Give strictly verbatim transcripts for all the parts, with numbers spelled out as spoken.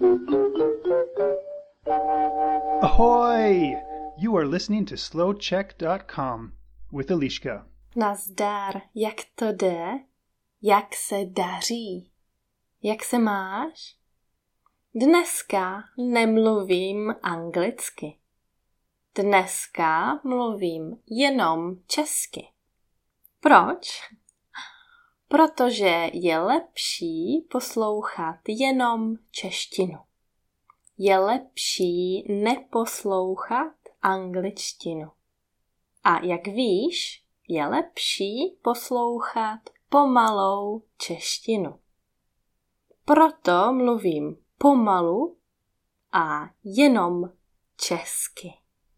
Ahoy! You are listening to slow check dot com with Eliška. Nazdar, jak to jde? Jak se daří? Jak se máš? Dneska nemluvím anglicky. Dneska mluvím jenom česky. Proč? Protože je lepší poslouchat jenom češtinu. Je lepší neposlouchat angličtinu. A jak víš, je lepší poslouchat pomalou češtinu. Proto mluvím pomalu a jenom česky.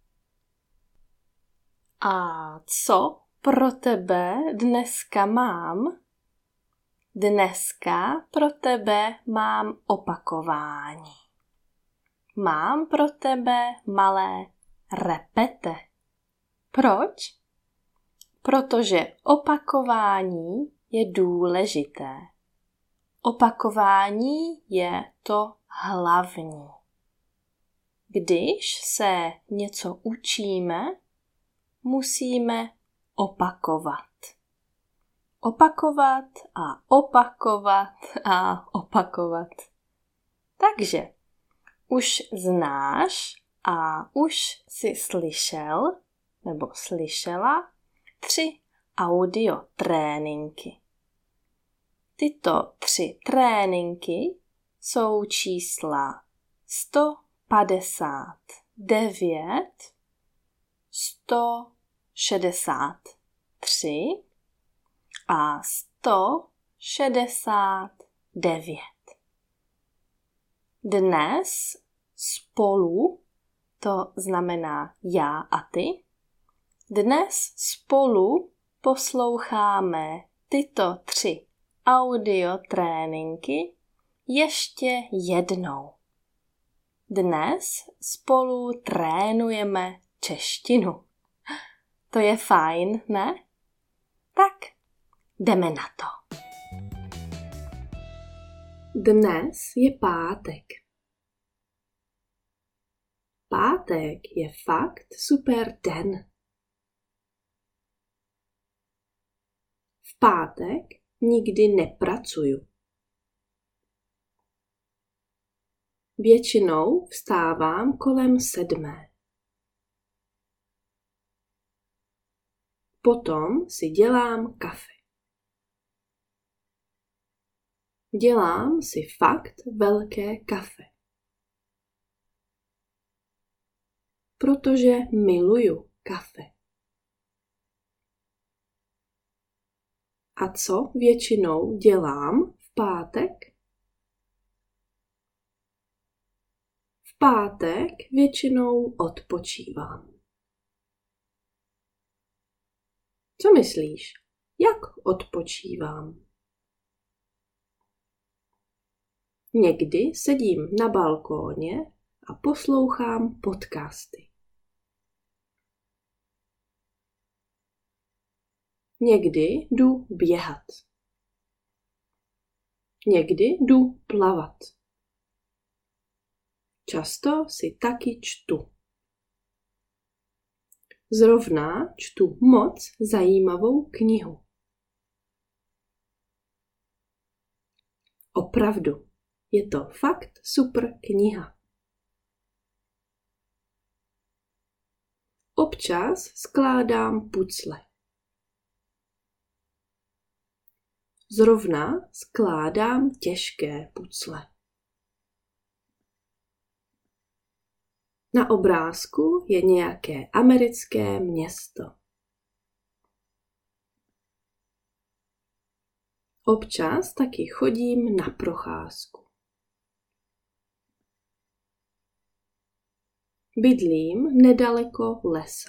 A co pro tebe dneska mám? Dneska pro tebe mám opakování. Mám pro tebe malé repete. Proč? Protože opakování je důležité. Opakování je to hlavní. Když se něco učíme, musíme opakovat. Opakovat a opakovat a opakovat. Takže už znáš a už jsi slyšel nebo slyšela tři audio tréninky. Tyto tři tréninky jsou čísla sto padesát devět, sto šedesát tři a sto šedesát devět. Dnes spolu, to znamená já a ty, dnes spolu posloucháme tyto tři audio tréninky ještě jednou. Dnes spolu trénujeme češtinu. To je fajn, ne? Tak, jdeme na to. Dnes je pátek. Pátek je fakt super den. V pátek nikdy nepracuju. Většinou vstávám kolem sedmé. Potom si dělám kafe. Dělám si fakt velké kafe. Protože miluju kafe. A co většinou dělám v pátek? V pátek většinou odpočívám. Co myslíš? Jak odpočívám? Někdy sedím na balkóně a poslouchám podcasty. Někdy jdu běhat. Někdy jdu plavat. Často si taky čtu. Zrovna čtu moc zajímavou knihu. Opravdu, je to fakt super kniha. Občas skládám pucle. Zrovna skládám těžké pucle. Na obrázku je nějaké americké město. Občas taky chodím na procházku. Bydlím nedaleko lesa.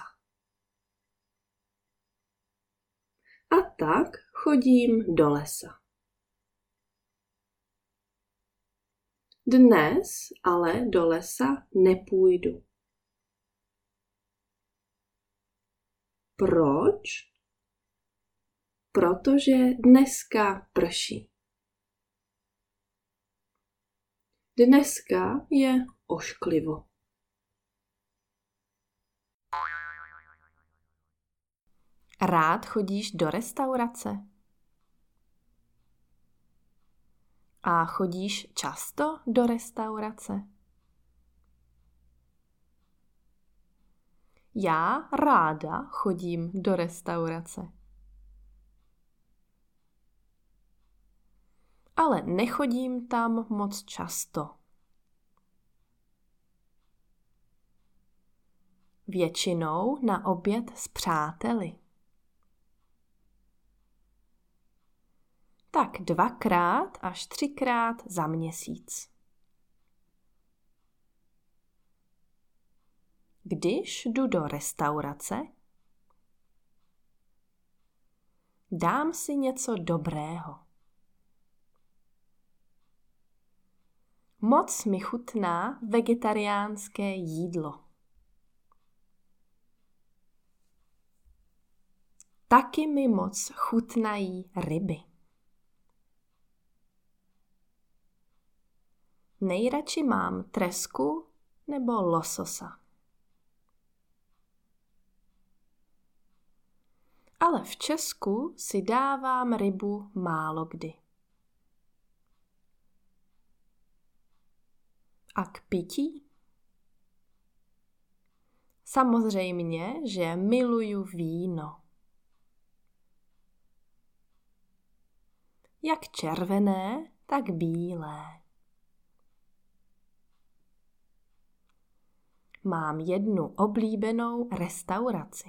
A tak chodím do lesa. Dnes ale do lesa nepůjdu. Proč? Protože dneska prší. Dneska je ošklivo. Rád chodíš do restaurace? A chodíš často do restaurace? Já ráda chodím do restaurace. Ale nechodím tam moc často. Většinou na oběd s přáteli. Tak dvakrát až třikrát za měsíc. Když jdu do restaurace, dám si něco dobrého. Moc mi chutná vegetariánské jídlo. Taky mi moc chutnají ryby. Nejradši mám tresku nebo lososa. Ale v Česku si dávám rybu málokdy. A k pití? Samozřejmě, že miluju víno. Jak červené, tak bílé. Mám jednu oblíbenou restauraci.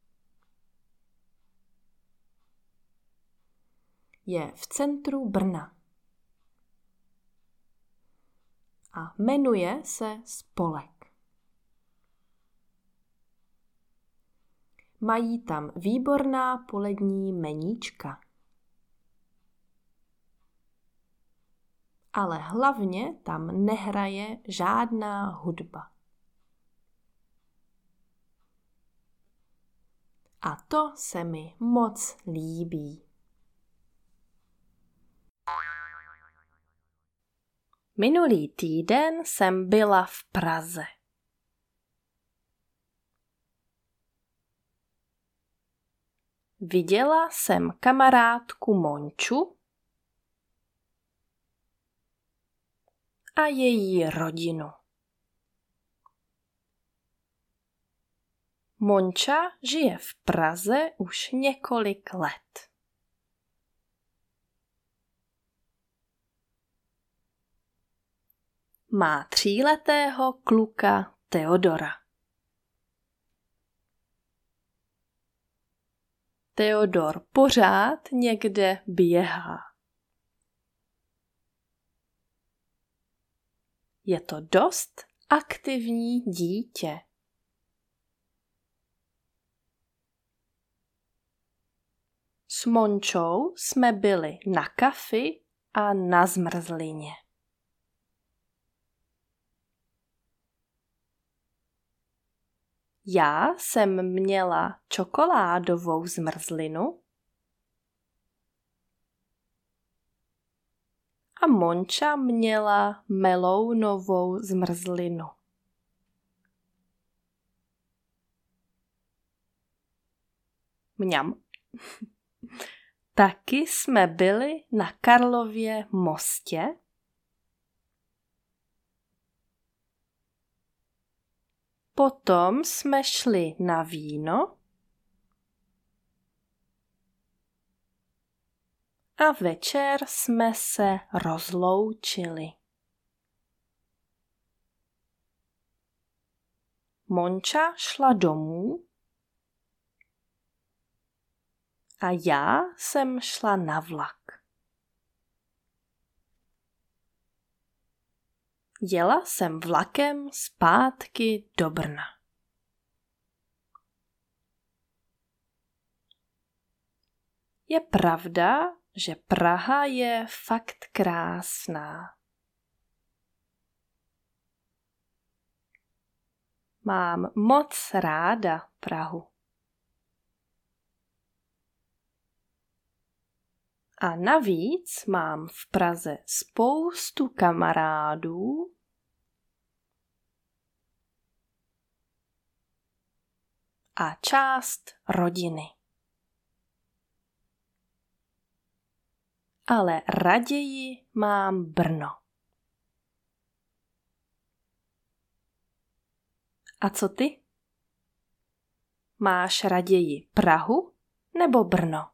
Je v centru Brna. A jmenuje se Spolek. Mají tam výborná polední meníčka. Ale hlavně tam nehraje žádná hudba. A to se mi moc líbí. Minulý týden jsem byla v Praze. Viděla jsem kamarádku Monču a její rodinu. Monča žije v Praze už několik let. Má tříletého kluka Teodora. Teodor pořád někde běhá. Je to dost aktivní dítě. S Mončou jsme byli na kafi a na zmrzlině. Já jsem měla čokoládovou zmrzlinu a Monča měla melounovou zmrzlinu. Mňam. Taky jsme byli na Karlově mostě potom jsme šli na víno a večer jsme se rozloučili. Monča šla domů a já jsem šla na vlak. Jela jsem vlakem zpátky do Brna. Je pravda, že Praha je fakt krásná. Mám moc ráda Prahu. A navíc mám v Praze spoustu kamarádů a část rodiny. Ale raději mám Brno. A co ty? Máš raději Prahu nebo Brno?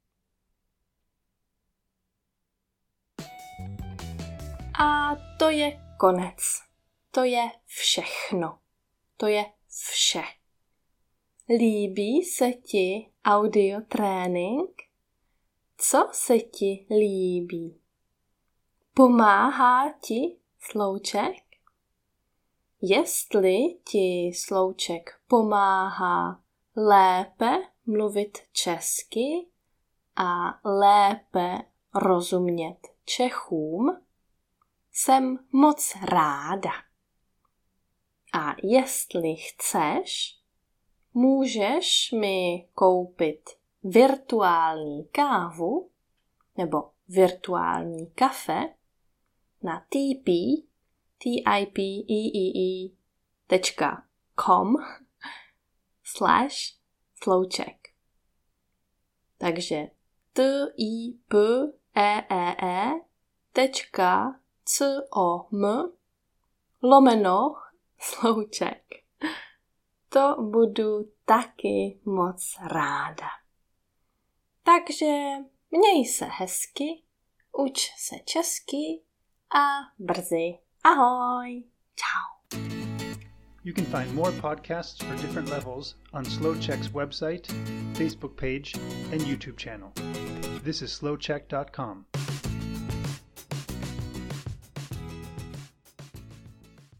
A to je konec. To je všechno. To je vše. Líbí se ti audio trénink? Co se ti líbí? Pomáhá ti slouček? Jestli ti slouček pomáhá lépe mluvit česky a lépe rozumět Čechům, jsem moc ráda. A jestli chceš, můžeš mi koupit virtuální kávu nebo virtuální kafe na tipeee, t-i-p-e-e-e tečka com slash slowcheck. Takže t-i-p-e-e-e tečka c-o-m lomeno slouček. To budu taky moc ráda. Takže měj se hezky, uč se česky a brzy ahoj. Ciao. You can find more podcasts for different levels on SlowCheck's website, Facebook page, and YouTube channel. This is slowcheck dot com.